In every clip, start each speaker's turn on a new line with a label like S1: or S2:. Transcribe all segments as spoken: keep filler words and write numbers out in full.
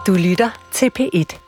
S1: Du lytter til P et.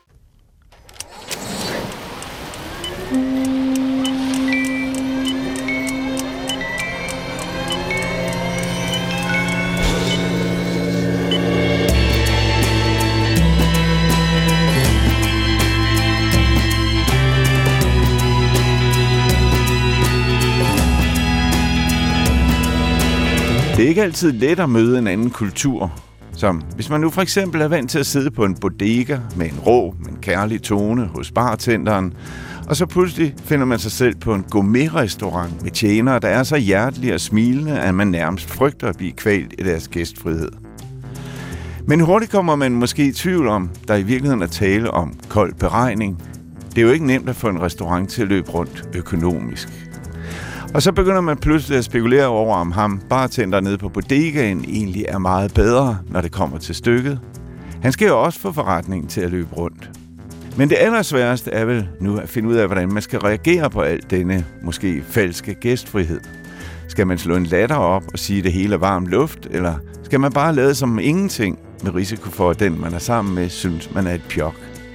S2: Det er ikke altid let at møde en anden kultur. Som hvis man nu for eksempel er vant til at sidde på en bodega med en rå, men kærlig tone hos bartenderen, og så pludselig finder man sig selv på en gourmet-restaurant med tjenere, der er så hjertelige og smilende, at man nærmest frygter at blive kvalt i deres gæstfrihed. Men hurtigt kommer man måske i tvivl om, der i virkeligheden er tale om kold beregning. Det er jo ikke nemt at få en restaurant til at løbe rundt økonomisk. Og så begynder man pludselig at spekulere over, om ham bartender nede på bodegaen egentlig er meget bedre, når det kommer til stykket. Han skal jo også få forretningen til at løbe rundt. Men det allersværeste er vel nu at finde ud af, hvordan man skal reagere på alt denne måske falske gæstfrihed. Skal man slå en latter op og sige, at det hele er varm luft, eller skal man bare lade som ingenting med risiko for, at den, man er sammen med, synes, man er et pjok?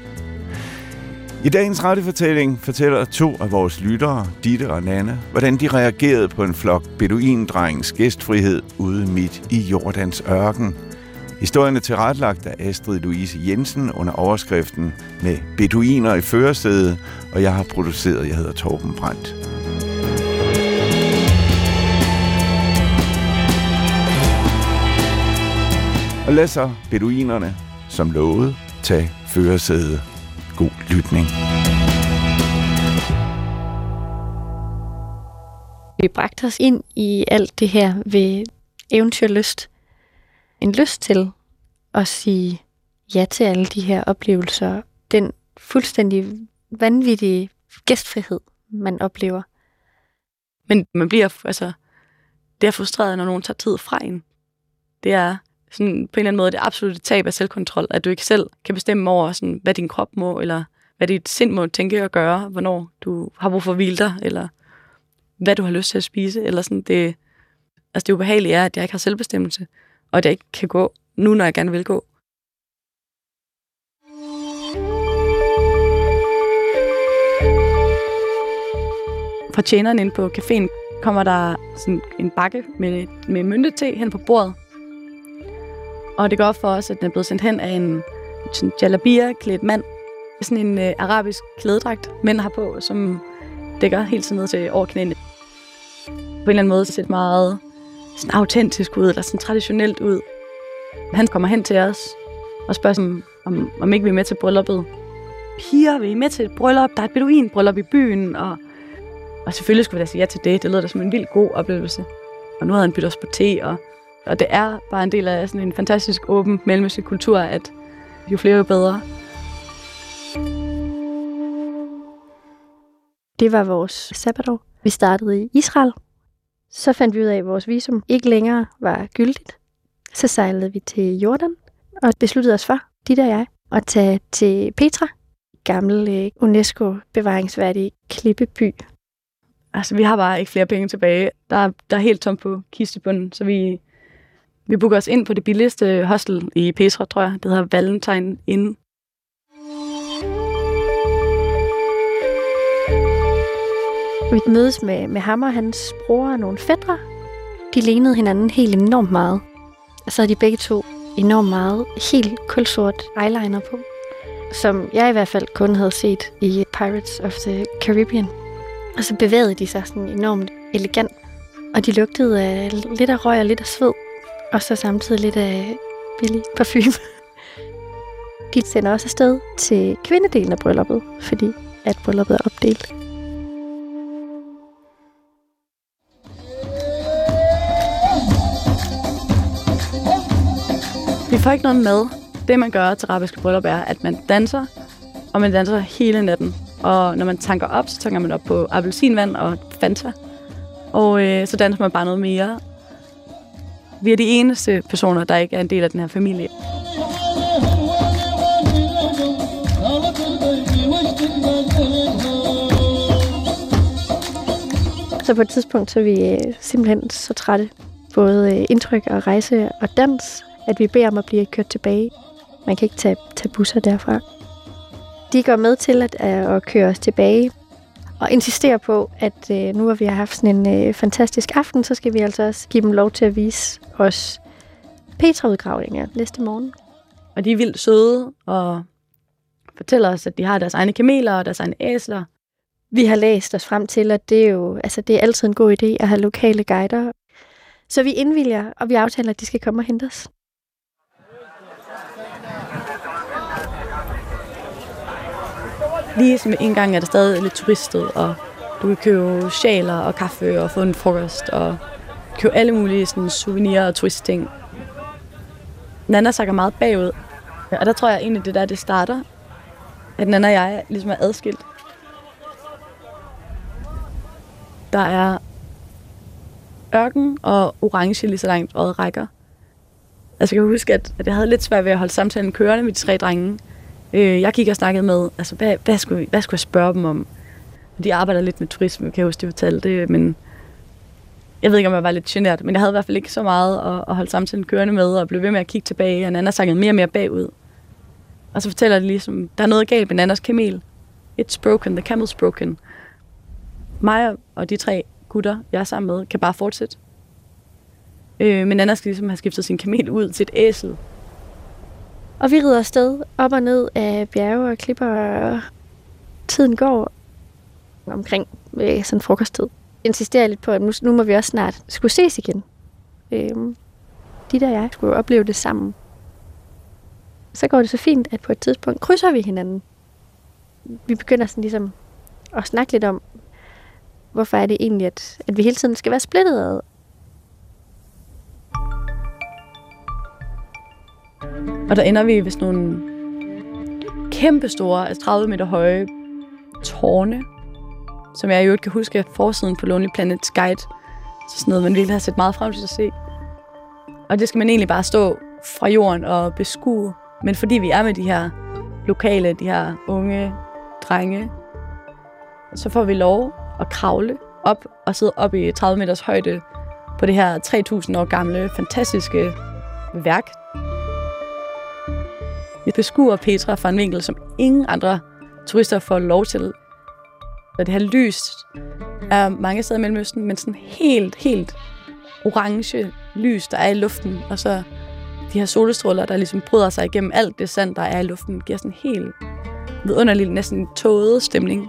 S2: I dagens radiofortælling fortæller to af vores lyttere, Ditte og Nanne, hvordan de reagerede på en flok beduindrengens gæstfrihed ude midt i Jordans ørken. Historien er tilrettelagt af Astrid Louise Jensen under overskriften med beduiner i førersædet, og jeg har produceret, jeg hedder Torben Brandt. Og lad så beduinerne, som lovede, tage førersædet. God lytning.
S3: Vi bragte os ind i alt det her ved eventyrlyst. En lyst til at sige ja til alle de her oplevelser. Den fuldstændig vanvittige gæstfrihed, man oplever.
S4: Men man bliver, altså, det er frustreret, når nogen tager tid fra en. Det er sådan, på en eller anden måde det absolutte tab af selvkontrol, at du ikke selv kan bestemme over, sådan, hvad din krop må, eller hvad dit sind må tænke og gøre, hvornår du har brug for at hvile dig, eller hvad du har lyst til at spise. Eller sådan. Det, altså det ubehagelige er, at jeg ikke har selvbestemmelse, og at jeg ikke kan gå nu, når jeg gerne vil gå. Fra tjeneren ind på caféen kommer der sådan en bakke med, med myntete hen på bordet. Og det går op for os, at den er blevet sendt hen af en jalabia-klædt mand. Sådan en øh, arabisk klædedragt, mænd har på, som dækker helt sådan ned til over knæene. På en eller anden måde ser det meget sådan autentisk ud, eller sådan traditionelt ud. Han kommer hen til os og spørger, sådan, om, om ikke vi er med til brylluppet. Piger, vi er med til et bryllup. Der er et beduinbryllup i byen. Og, og selvfølgelig skulle vi da sige ja til det. Det lyder da som en vild god oplevelse. Og nu havde han byttet os på te, og Og det er bare en del af sådan en fantastisk åben mellemøstlig kultur, at jo flere, jo bedre.
S3: Det var vores sabbatår. Vi startede i Israel. Så fandt vi ud af, at vores visum ikke længere var gyldigt. Så sejlede vi til Jordan og besluttede os for, Ditte og jeg, at tage til Petra, gammel UNESCO-bevaringsværdig klippeby.
S4: Altså, vi har bare ikke flere penge tilbage. Der er, der er helt tomt på kistebunden, så vi... Vi booker os ind på det billigste hostel i Petra, tror jeg. Det hedder Valentine Inn.
S3: Vi mødes med, med ham og hans bror og nogle fætre. De lignede hinanden helt enormt meget. Og så havde de begge to enormt meget helt kulsort eyeliner på, som jeg i hvert fald kun havde set i Pirates of the Caribbean. Og så bevægede de sig sådan enormt elegant. Og de lugtede af lidt af røg og lidt af sved. Og så samtidig lidt af billig parfume. De sender også afsted til kvindedelen af brylluppet, fordi at brylluppet er opdelt.
S4: Vi får ikke noget med. Det, man gør til arabiske bryllup, er, at man danser, og man danser hele natten. Og når man tanker op, så tanker man op på appelsinvand og Fanta. Og øh, så danser man bare noget mere. Vi er de eneste personer, der ikke er en del af den her familie.
S3: Så på et tidspunkt så er vi simpelthen så trætte, både indtryk og rejse og dans, at vi beder om at blive kørt tilbage. Man kan ikke tage, tage busser derfra. De går med til at, at køre os tilbage og insisterer på, at øh, nu hvor vi har haft sådan en øh, fantastisk aften, så skal vi altså også give dem lov til at vise os Petra-udgravninger næste morgen.
S4: Og de er vildt søde og fortæller os, at de har deres egne kameler og deres egne æsler.
S3: Vi har læst os frem til, at det er jo altså det er altid en god idé at have lokale guider. Så vi indvilger, og vi aftaler, at de skal komme og hente os.
S4: Lige som en gang er der stadig lidt turiststed, og du kan købe sjaler og kaffe og få en frokost og købe alle mulige sådan, souvenirer og turistting. Nana sakker meget bagud, og der tror jeg egentlig, det der det starter, at Nana og jeg ligesom er adskilt. Der er ørken og orange lige så langt øjet rækker. Altså jeg kan huske, at jeg havde lidt svært ved at holde samtalen kørende med de tre drenge. Jeg gik og snakkede med, altså hvad, hvad, skulle, hvad skulle jeg spørge dem om? De arbejder lidt med turisme, kan jeg huske, de fortalte det, men jeg ved ikke, om jeg var lidt genert, men jeg havde i hvert fald ikke så meget at, at holde samtalen kørende med, og blev ved med at kigge tilbage, og Nana sakkede mere og mere bagud. Og så fortæller de ligesom, der er noget galt med Nannas kamel. It's broken, the camel's broken. Mig og de tre gutter, jeg er sammen med, kan bare fortsætte. Øh, men Nana skal ligesom have skiftet sin kamel ud til et æsel.
S3: Og vi rider afsted op og ned af bjerge og klipper, og tiden går omkring øh, sådan frokosttid. Jeg insisterer lidt på, at nu, nu må vi også snart skulle ses igen. Øh, de der og jeg skulle opleve det sammen. Så går det så fint, at på et tidspunkt krydser vi hinanden. Vi begynder sådan ligesom at snakke lidt om, hvorfor er det egentlig, at, at vi hele tiden skal være splittet ad.
S4: Og der ender vi ved sådan nogle kæmpe store, altså tredive meter høje tårne, som jeg i øvrigt kan huske af forsiden på Lonely Planets Guide. Så sådan noget, man virkelig har set meget frem til at se. Og det skal man egentlig bare stå fra jorden og beskue. Men fordi vi er med de her lokale, de her unge drenge, så får vi lov at kravle op og sidde op i tredive meters højde på det her tre tusind år gamle, fantastiske værk. Vi beskuer Petra fra en vinkel, som ingen andre turister får lov til. Og det her lys er mange steder i Mellemøsten, men sådan helt, helt orange lys, der er i luften. Og så de her solstråler, der ligesom bryder sig igennem alt det sand, der er i luften, giver sådan en helt vidunderlig, næsten tåget stemning.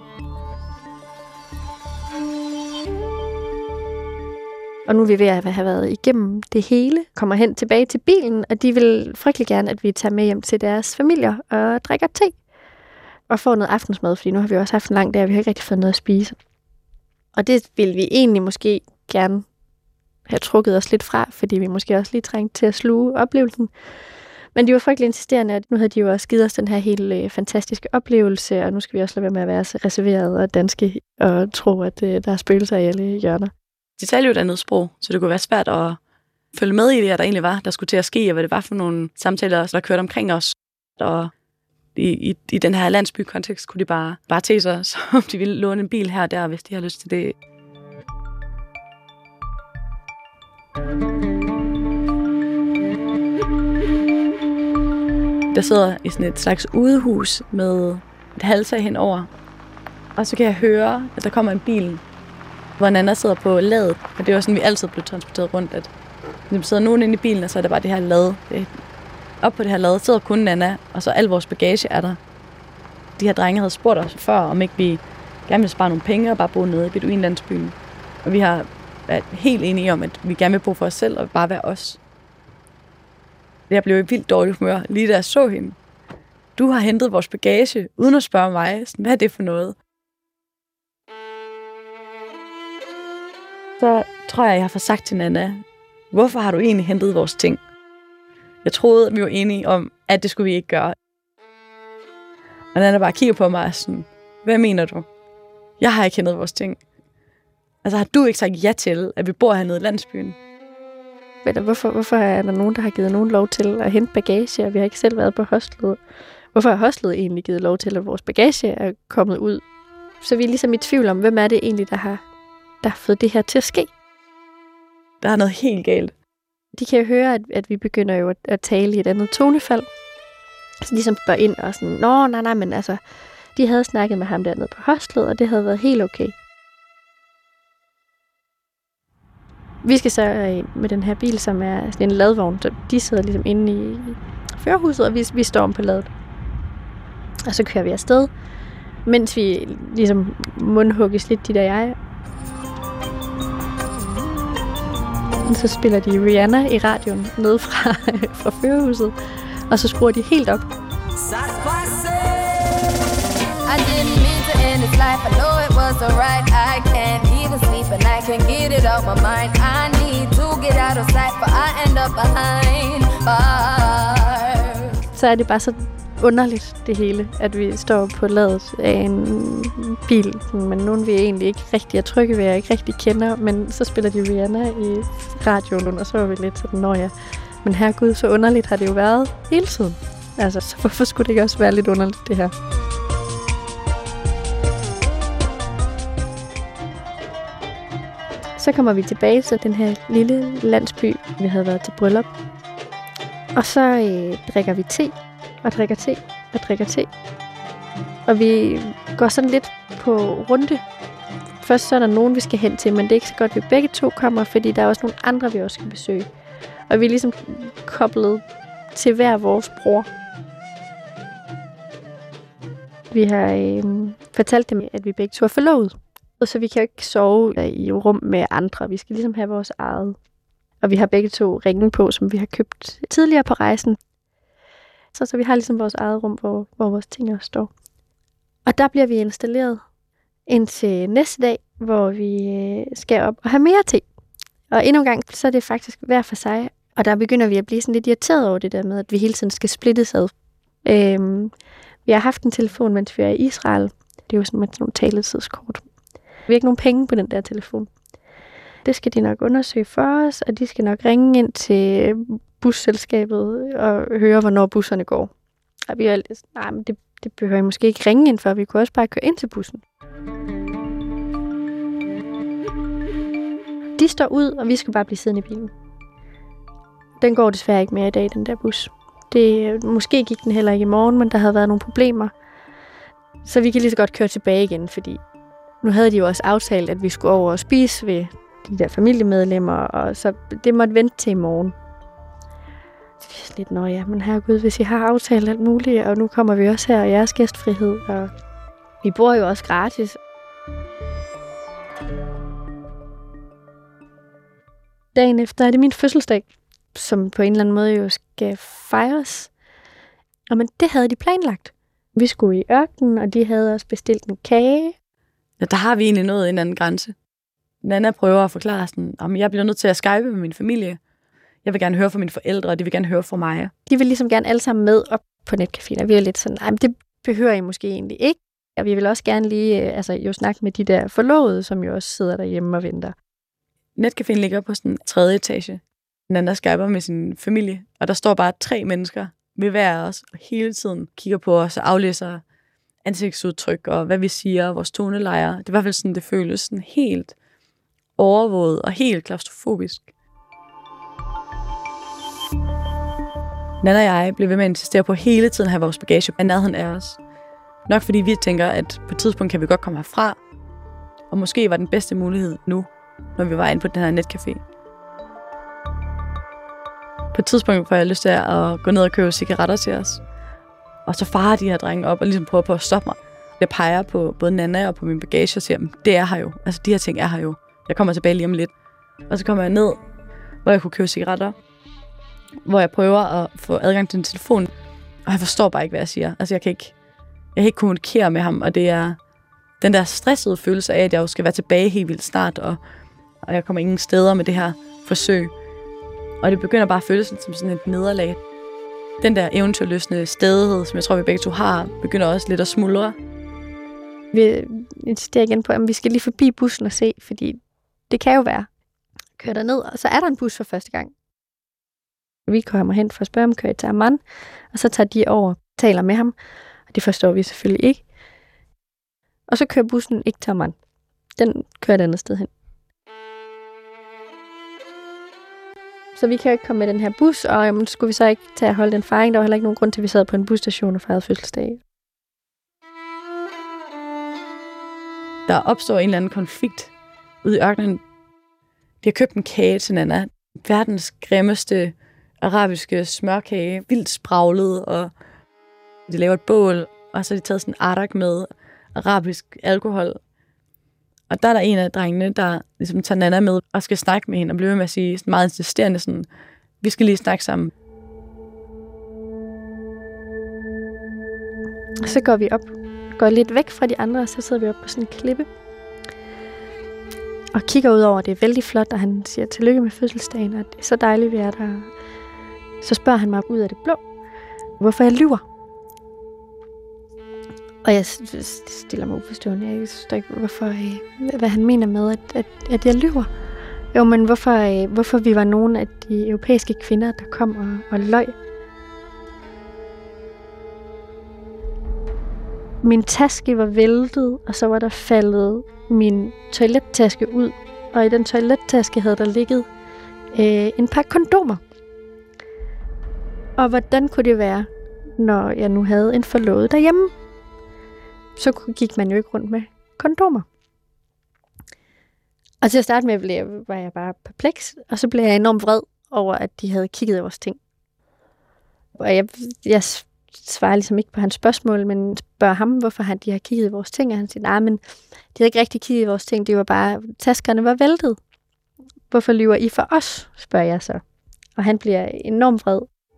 S3: Og nu er vi ved at have været igennem det hele, kommer hen tilbage til bilen, og de vil frygtelig gerne, at vi tager med hjem til deres familier og drikker te. Og får noget aftensmad, fordi nu har vi også haft en lang dag, og vi har ikke rigtig fået noget at spise. Og det vil vi egentlig måske gerne have trukket os lidt fra, fordi vi måske også lige trængte til at sluge oplevelsen. Men de var frygtelig insisterende, at nu havde de jo også givet os den her helt øh, fantastiske oplevelse, og nu skal vi også lade være med at være reserveret og danske og tro, at øh, der er spøgelser i alle hjørner.
S4: De taler jo et andet sprog, så det kunne være svært at følge med i det, der egentlig var, der skulle til at ske, og hvad det var for nogle samtaler, der kørte omkring os. Og i, i, i den her landsby-kontekst kunne de bare, bare tage sig, som de ville låne en bil her og der, hvis de har lyst til det. Der sidder i sådan et slags udehus med et halvtag henover, og så kan jeg høre, at der kommer en bil, hvor Nana sidder på ladet, og det var sådan, vi altid blev transporteret rundt, at der sidder nogen inde i bilen, og så er der bare det her lad. Op på det her lad sidder kun Nana, og så al vores bagage er der. De her drenge havde spurgt os før, om ikke vi gerne ville spare nogle penge og bare bo nede i beduinlandsbyen. Og vi har været helt enige om, at vi gerne vil bo for os selv og bare være os. Jeg blev i vildt dårlig humør, lige da jeg så hende. Du har hentet vores bagage, uden at spørge mig. Hvad er det for noget? Så tror jeg, jeg har fået sagt til Nana, hvorfor har du egentlig hentet vores ting? Jeg troede, at vi var enige om, at det skulle vi ikke gøre. Og Nana bare kigger på mig og sådan, hvad mener du? Jeg har ikke hentet vores ting. Altså har du ikke sagt ja til, at vi bor hernede i landsbyen?
S3: Eller hvorfor, hvorfor er der nogen, der har givet nogen lov til at hente bagage, og vi har ikke selv været på hostlet? Hvorfor har hostlet egentlig givet lov til, at vores bagage er kommet ud? Så vi er ligesom i tvivl om, hvem er det egentlig, der har, der har fået det her til at ske?
S4: Der er noget helt galt.
S3: De kan jo høre, at, at vi begynder jo at, at tale i et andet tonefald. Så ligesom spørger ind og sådan, nå, nej, nej, men altså, de havde snakket med ham dernede på hostlet, og det havde været helt okay. Vi skal så øh, med den her bil, som er sådan en ladvogn, så de sidder ligesom inde i førerhuset, og vi, vi står om på ladet. Og så kører vi afsted, mens vi ligesom mundhugges lidt, de der jeg. Og så spiller de Rihanna i radioen nede fra, fra førerhuset, og så skruer de helt op. I didn't mean to end this life. I know it was alright. I can't even sleep and I can't get it out my mind. I need to get out of sight, but I end up behind bars. Så er det bare så underligt, det hele, at vi står på ladet af en bil, men nogen vi egentlig ikke rigtig er trygge ved, og ikke rigtig kender, men så spiller de Rihanna i radioen, og så var vi lidt sådan, nå ja, men herregud, så underligt har det jo været hele tiden. Altså, så hvorfor skulle det ikke også være lidt underligt, det her? Så kommer vi tilbage til den her lille landsby, vi havde været til bryllup. Og så øh, drikker vi te, og drikker te, og drikker te. Og vi går sådan lidt på runde. Først så er der nogen, vi skal hen til, men det er ikke så godt, at vi begge to kommer, fordi der er også nogle andre, vi også skal besøge. Og vi er ligesom koblet til hver vores bror. Vi har øh, fortalt dem, at vi begge to er forlovet. Så vi kan jo ikke sove i rum med andre. Vi skal ligesom have vores eget. Og vi har begge to ringe på, som vi har købt tidligere på rejsen. Så, så vi har ligesom vores eget rum, hvor, hvor vores ting også står. Og der bliver vi installeret indtil næste dag, hvor vi øh, skal op og have mere te. Og endnu en gang, så er det faktisk hver for sig. Og der begynder vi at blive sådan lidt irriteret over det der med, at vi hele tiden skal splittes ad. Øhm, vi har haft en telefon, mens vi er i Israel. Det er jo sådan med nogle taletidskort. Vi har ikke nogen penge på den der telefon. Det skal de nok undersøge for os, og de skal nok ringe ind til busselskabet og høre, hvornår busserne går. Og vi er lidt, nej, men det, det behøver jeg måske ikke ringe ind for, vi kunne også bare køre ind til bussen. De står ud, og vi skal bare blive siddende i bilen. Den går desværre ikke mere i dag, den der bus. Det, måske gik den heller ikke i morgen, men der havde været nogle problemer. Så vi kan lige så godt køre tilbage igen, fordi nu havde de jo også aftalt, at vi skulle over og spise ved de der familiemedlemmer, og så det måtte vente til i morgen. Så vi er lidt, nå ja, men herregud, hvis I har aftalt alt muligt, og nu kommer vi også her, og jeres gæstfrihed, og vi bor jo også gratis. Dagen efter er det min fødselsdag, som på en eller anden måde jo skal fejres. Og men det havde de planlagt. Vi skulle i ørkenen, og de havde også bestilt en kage.
S4: Ja, der har vi egentlig nået en anden grænse. Nana prøver at forklare sådan, at jeg bliver nødt til at skype med min familie. Jeg vil gerne høre fra mine forældre, og de vil gerne høre fra mig.
S3: De vil ligesom gerne alle sammen med op på netcaféen, og vi er lidt sådan, nej, men det behøver I måske egentlig ikke. Og vi vil også gerne lige altså, jo snakke med de der forlovede, som jo også sidder derhjemme og venter.
S4: Netcaféen ligger på sådan en tredje etage. Nana skyper med sin familie, og der står bare tre mennesker ved hver af os, og hele tiden kigger på os og aflæser ansigtsudtryk, og hvad vi siger, vores tonelejer. Det er i hvert fald sådan, det føles sådan helt overvåget og helt klaustrofobisk. Nana og jeg blev ved med at insistere på hele tiden at have vores bagage af nærheden af os. Nok fordi vi tænker, at på et tidspunkt kan vi godt komme herfra, og måske var den bedste mulighed nu, når vi var inde på den her netcafé. På et tidspunkt får jeg lyst til at gå ned og købe cigaretter til os. Og så farer de her drenge op og ligesom prøver på at stoppe mig. Jeg peger på både Nana og på min bagage og siger, det er her jo. Altså de her ting er her jo. Jeg kommer tilbage lige om lidt. Og så kommer jeg ned, hvor jeg kunne købe cigaretter. Hvor jeg prøver at få adgang til en telefon. Og jeg forstår bare ikke, hvad jeg siger. Altså jeg kan ikke, jeg kan ikke kommunikere med ham. Og det er den der stressede følelse af, at jeg jo skal være tilbage helt vildt snart. Og, og jeg kommer ingen steder med det her forsøg. Og det begynder bare at føles som sådan et nederlag. Den der eventyrløsende stædighed, som jeg tror, vi begge to har, begynder også lidt at smuldre.
S3: Vi insisterer igen på, at vi skal lige forbi bussen og se, fordi det kan jo være. Kører der ned, og så er der en bus for første gang. Vi kommer hen for at spørge, om kører til Amman, og så tager de over og taler med ham, og det forstår vi selvfølgelig ikke. Og så kører bussen ikke til Amman. Den kører et andet sted hen. så vi kan jo ikke komme med den her bus, og jamen, skulle vi så ikke tage at holde den fejring? Der var heller ikke nogen grund til, at vi sad på en busstation og fejrede fødselsdag.
S4: Der opstår en eller anden konflikt ude i ørkenen. De har købt en kage til Nana. Verdens grimmeste arabiske smørkage. Vildt spraglet, og de laver et bål, og så har de taget sådan en arak med arabisk alkohol. Og der er der en af drengene, der ligesom tager Nana med og skal snakke med hende, og bliver med at sige sådan meget insisterende sådan, vi skal lige snakke sammen.
S3: Så går vi op, går lidt væk fra de andre, og så sidder vi op på sådan en klippe. Og kigger ud over, det er vældig flot, og han siger tillykke med fødselsdagen, og det er så dejligt, vi er der. Så spørger han mig ud af det blå, hvorfor jeg lyver. Og jeg stiller mig uforstående. Jeg forstår ikke, hvorfor, hvad han mener med, at, at, at jeg lyver. Jo, men hvorfor, hvorfor vi var nogle af de europæiske kvinder, der kom og, og løg. Min taske var væltet, og så var der faldet min toilettaske ud. Og i den toilettaske havde der ligget øh, en par kondomer. Og hvordan kunne det være, når jeg nu havde en forlovet derhjemme? Så gik man jo ikke rundt med kondomer. Og til at starte med blev jeg, var jeg bare perpleks, og så blev jeg enormt vred over, at de havde kigget i vores ting. Og jeg, jeg svarer ligesom ikke på hans spørgsmål, men spørger ham, hvorfor han, de har kigget i vores ting, og han siger, nej, men de havde ikke rigtig kigget i vores ting, det var bare, taskerne var væltet. Hvorfor lyver I for os, spørger jeg så. Og han bliver enormt vred.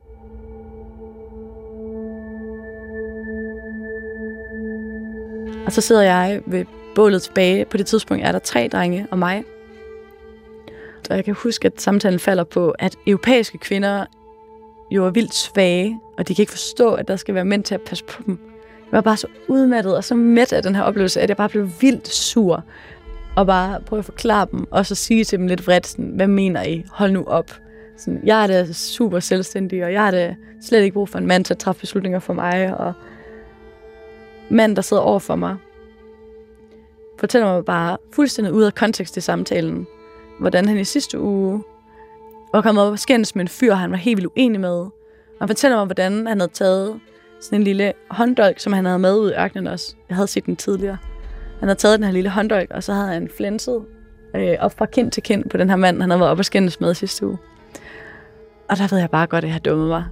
S4: Og så sidder jeg ved bålet tilbage. På det tidspunkt er der tre drenge og mig. Og jeg kan huske, at samtalen falder på, at europæiske kvinder jo er vildt svage, og de kan ikke forstå, at der skal være mænd til at passe på dem. Jeg var bare så udmattet og så mæt af den her oplevelse, at jeg bare blev vildt sur. Og bare prøve at forklare dem, og så sige til dem lidt vredt, sådan, hvad mener I? Hold nu op. Sådan, jeg er da super selvstændig, og jeg har da slet ikke brug for en mand til at træffe beslutninger for mig, og mand, der sidder over for mig, fortæller mig bare fuldstændig ud af kontekst i samtalen, hvordan han i sidste uge var kommet op og skændes med en fyr, han var helt vildt uenig med. Og han fortæller mig, hvordan han havde taget sådan en lille hånddolk, som han havde med ud i ørkenen også. Jeg havde set den tidligere. Han havde taget den her lille hånddolk, og så havde han flænset øh, op fra kind til kind på den her mand, han havde været op og skændes med sidste uge. Og der ved jeg bare godt, at jeg har dummet mig.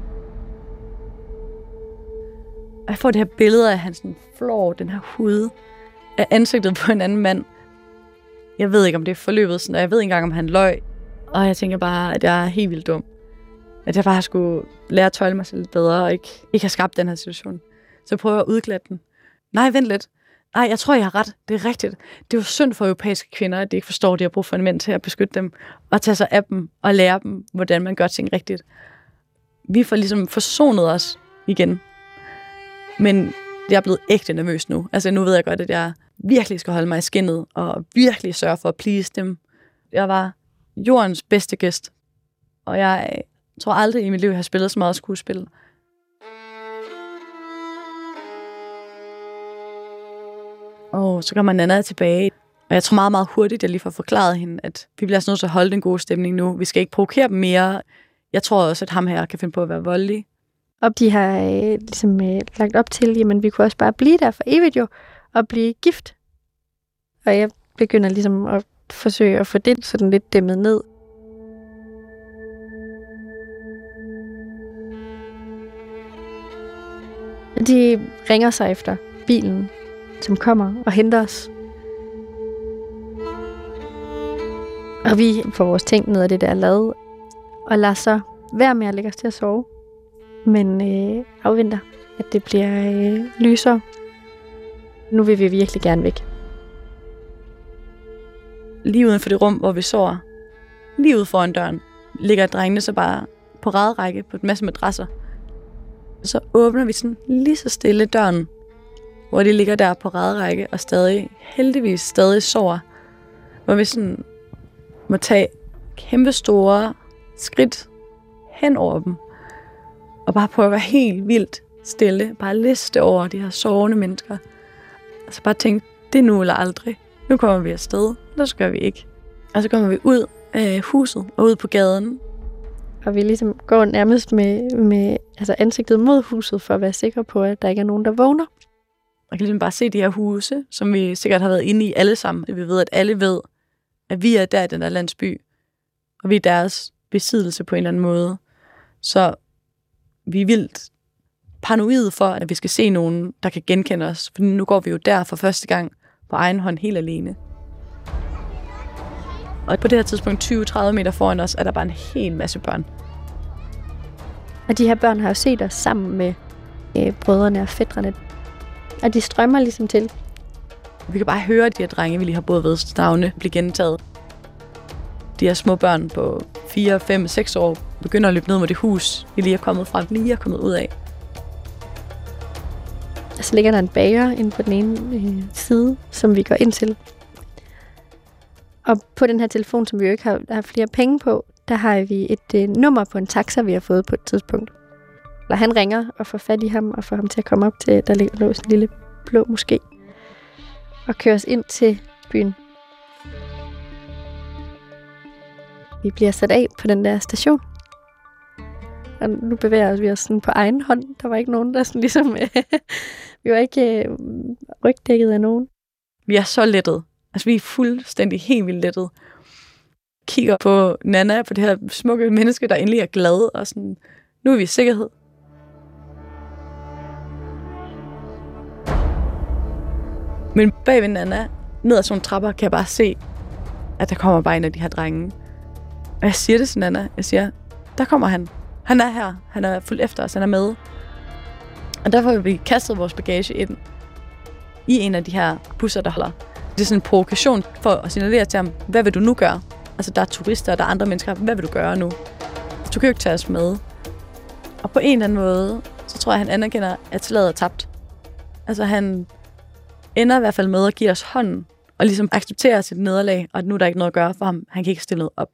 S4: Og jeg får det her billede af, han sådan flår den her hud af ansigtet på en anden mand. Jeg ved ikke, om det er forløbet sådan, og jeg ved ikke engang, om han løg. Og jeg tænker bare, at jeg er helt vildt dum. At jeg bare skulle lære at tøjle mig selv lidt bedre, og ikke, ikke have skabt den her situation. Så prøver jeg at udglatte den. Nej, vent lidt. Nej, jeg tror, jeg har ret. Det er rigtigt. Det er jo synd for europæiske kvinder, at de ikke forstår, at de har brug for en mænd til at beskytte dem, og tage sig af dem, og lære dem, hvordan man gør ting rigtigt. Vi får ligesom forsonet os igen. Men jeg er blevet ægte nervøs nu. Altså nu ved jeg godt, at jeg virkelig skal holde mig i skindet, og virkelig sørge for at please dem. Jeg var jordens bedste gæst, og jeg tror aldrig i mit liv, jeg har spillet så meget skuespil. Og så kommer Nana tilbage, og jeg tror meget, meget hurtigt, jeg lige får forklaret hende, at vi bliver nødt til at holde den gode stemning nu. Vi skal ikke provokere dem mere. Jeg tror også, at ham her kan finde på at være voldelig.
S3: Og de har øh, ligesom øh, lagt op til, jamen vi kunne også bare blive der for evigt jo, og blive gift. Og jeg begynder ligesom at forsøge at få det sådan lidt dæmmet ned. De ringer sig efter bilen, som kommer og henter os. Og vi får vores ting ned af det der lad, og lader så være med at lægge os til at sove. Men øh, afventer, at det bliver øh, lysere. Nu vil vi virkelig gerne væk.
S4: Lige uden for det rum, hvor vi sover, lige ude foran døren, ligger drengene så bare på række på en masse madrasser. Så åbner vi sådan lige så stille døren, hvor de ligger der på række og stadig, heldigvis stadig sover. Hvor vi sådan må tage kæmpe store skridt hen over dem. Og bare prøve at være helt vildt stille. Bare liste over de her sovende mennesker. Og så bare tænke, det er nu eller aldrig. Nu kommer vi afsted, eller så gør vi ikke. Og så kommer vi ud af huset og ud på gaden.
S3: Og vi ligesom går nærmest med, med altså ansigtet mod huset, for at være sikre på, at der ikke er nogen, der vågner.
S4: Man kan ligesom bare se de her huse, som vi sikkert har været inde i alle sammen. Vi ved, at alle ved, at vi er der i den der landsby, og vi er deres besiddelse på en eller anden måde. Så vi er vildt paranoide for, at vi skal se nogen, der kan genkende os. For nu går vi jo der for første gang på egen hånd helt alene. Og på det her tidspunkt, tyve til tredive meter foran os, er der bare en hel masse børn.
S3: Og de her børn har jo set os sammen med øh, brødrene og fætrene. Og de strømmer ligesom til.
S4: Vi kan bare høre, at de her drenge, vi lige har boet ved, navne blive gentaget. De her små børn på fire, fem, seks år begynder at løbe ned mod det hus, vi lige er kommet fra, vi lige er kommet ud af.
S3: Så ligger der en bager inde på den ene øh, side, som vi går ind til. Og på den her telefon, som vi jo ikke har, har flere penge på, der har vi et øh, nummer på en taxa, vi har fået på et tidspunkt. Eller han ringer og får fat i ham og får ham til at komme op til, der ligger en lille blå moské. Og kører os ind til byen. Vi bliver sat af på den der station. Og nu bevæger vi os sådan på egen hånd. Der var ikke nogen, der sådan ligesom... vi var ikke øh, rygdækket af nogen.
S4: Vi er så lettet. Altså, vi er fuldstændig helt vildt lettet. Kigger på Nana, på det her smukke menneske, der endelig er glad. Og sådan, nu er vi i sikkerhed. Men bag ved Nana, ned ad sådan nogle trapper, kan jeg bare se, at der kommer bare en af de her drenge. Og jeg siger det til Nana. Jeg siger, der kommer han. Han er her. Han er fuldt efter os. Han er med. Og derfor har vi kastet vores bagage ind i en af de her busser, der holder. Det er sådan en provokation for at signalere til ham, hvad vil du nu gøre? Altså, der er turister, der er andre mennesker. Hvad vil du gøre nu? Du kan jo ikke tage os med. Og på en eller anden måde, så tror jeg, han anerkender, at slaget er tabt. Altså, han ender i hvert fald med at give os hånden, og ligesom acceptere sit nederlag, og at nu er der ikke noget at gøre for ham. Han kan ikke stille noget op.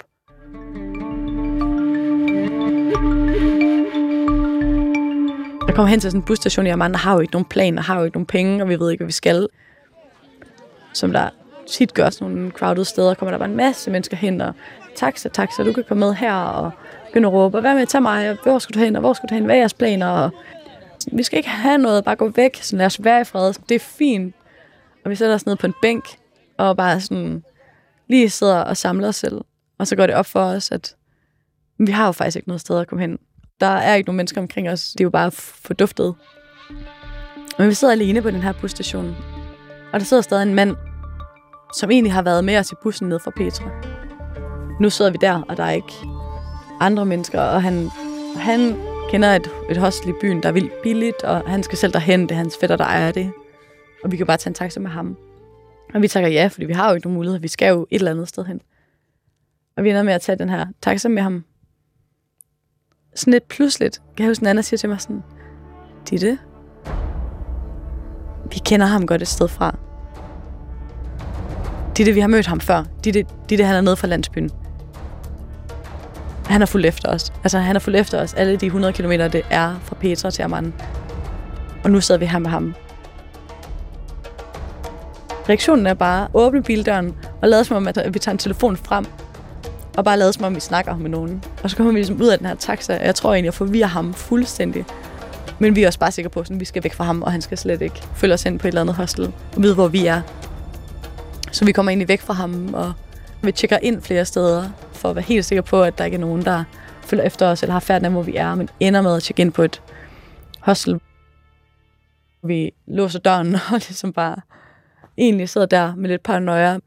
S4: Jeg kommer hen til sådan en busstation i Amman, der har jo ikke nogen plan, der har jo ikke nogen penge, og vi ved ikke, hvad vi skal. Som der tit gør sådan nogle crowded steder, kommer der bare en masse mennesker hen, og taxa, taxa, du kan komme med her, og begynde at råbe, hvad med, tag mig, og hvor skal du hen, og hvor skal du hen, hvad er jeres planer, og vi skal ikke have noget, bare gå væk, så lad os være i fred, det er fint. Og vi sætter os ned på en bænk, og bare sådan lige sidder og samler os selv, og så går det op for os, at vi har jo faktisk ikke noget sted at komme hen. Der er ikke nogen mennesker omkring os, det er jo bare forduftet. Men vi sidder alene på den her busstation, og der sidder stadig en mand, som egentlig har været med os i bussen ned fra Petra. Nu sidder vi der, og der er ikke andre mennesker, og han, han kender et, et hostel i byen, der er vildt billigt, og han skal selv derhen, det er hans fætter, der ejer det. Og vi kan bare tage en taxa med ham. Og vi takker ja, fordi vi har jo ikke nogen mulighed, vi skal jo et eller andet sted hen. Og vi ender med at tage den her taxa med ham. Sådan lidt pludseligt, kan jeg huske, Nana siger til mig sådan, Ditte, vi kender ham godt et sted fra. Ditte, vi har mødt ham før. Ditte, Ditte han er nede fra landsbyen. Han er fuldt efter os. Altså, han er fuldt efter os. Alle de hundrede kilometer, det er fra Petra til Amman. Og nu sidder vi her med ham. Reaktionen er bare at åbne bildøren og lade som om, at vi tager en telefon frem. Og bare lade som om, vi snakker med nogen. Og så kommer vi ligesom ud af den her taxa, og jeg tror egentlig, at forvirrer ham fuldstændig. Men vi er også bare sikre på, at vi skal væk fra ham, og han skal slet ikke følge os hen på et eller andet hostel og vide, hvor vi er. Så vi kommer egentlig væk fra ham, og vi tjekker ind flere steder, for at være helt sikre på, at der ikke er nogen, der følger efter os, eller har færden af, hvor vi er, men ender med at tjekke ind på et hostel. Vi låser døren, og ligesom bare egentlig sidder der med lidt paranoia.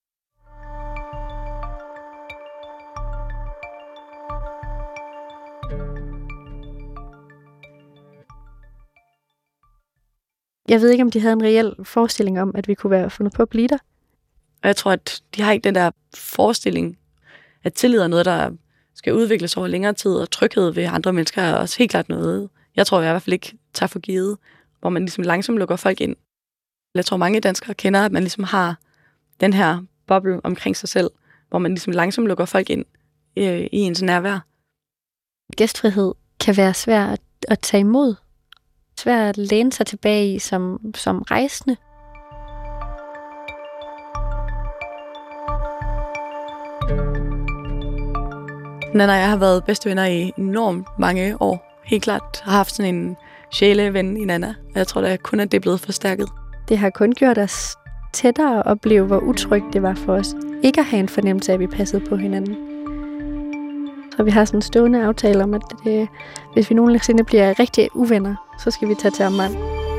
S3: Jeg ved ikke, om de havde en reel forestilling om, at vi kunne være fundet på at blive der.
S4: Og jeg tror, at de har ikke den der forestilling, at tillid er noget, der skal udvikles over længere tid, og tryghed ved andre mennesker er også helt klart noget. Jeg tror, jeg i hvert fald ikke tager for givet, hvor man ligesom langsomt lukker folk ind. Jeg tror, mange danskere kender, at man ligesom har den her boble omkring sig selv, hvor man ligesom langsomt lukker folk ind øh, i ens nærvær.
S3: Gæstfrihed kan være svær at, at tage imod. Svært at læne sig tilbage i som, som rejsende.
S4: Nana og jeg har været bedste venner i enormt mange år. Helt klart har haft sådan en sjæleven i Nana, og jeg tror da kun, at det er blevet forstærket.
S3: Det har kun gjort os tættere og opleve, hvor utrygt det var for os. Ikke at have en fornemmelse af, at vi passede på hinanden. Så vi har sådan en stående aftale om, at det, hvis vi nogensinde bliver rigtig uvenner, så skal vi tage til Amman.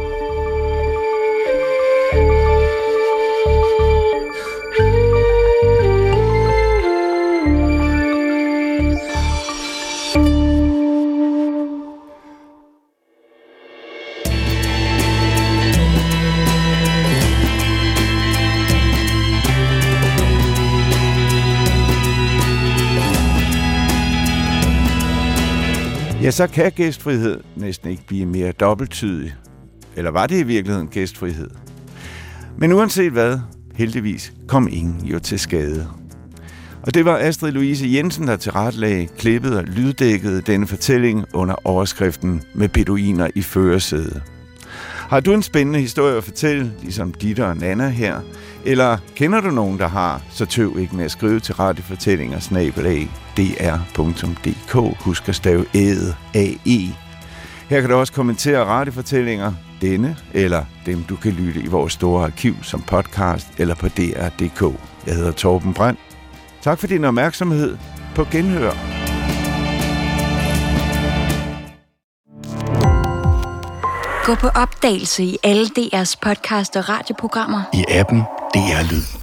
S2: Ja, så kan gæstfrihed næsten ikke blive mere dobbelttydig. Eller var det i virkeligheden gæstfrihed? Men uanset hvad, heldigvis kom ingen jo til skade. Og det var Astrid Louise Jensen, der tilrettelagde, klippede og lyddækkede denne fortælling under overskriften Med beduiner i førersædet. Har du en spændende historie at fortælle, ligesom Ditte og Nana her? Eller kender du nogen, der har, så tøv ikke med at skrive til radiofortællinger snabel-a d r punktum d k. Husk at stave æde, A E. Her kan du også kommentere radiofortællinger, denne eller dem, du kan lytte i vores store arkiv som podcast eller på d r punktum d k. Jeg hedder Torben Brandt. Tak for din opmærksomhed. På genhør.
S1: Gå på opdagelse i alle D R's podcast og radioprogrammer.
S5: I appen D R Lyd.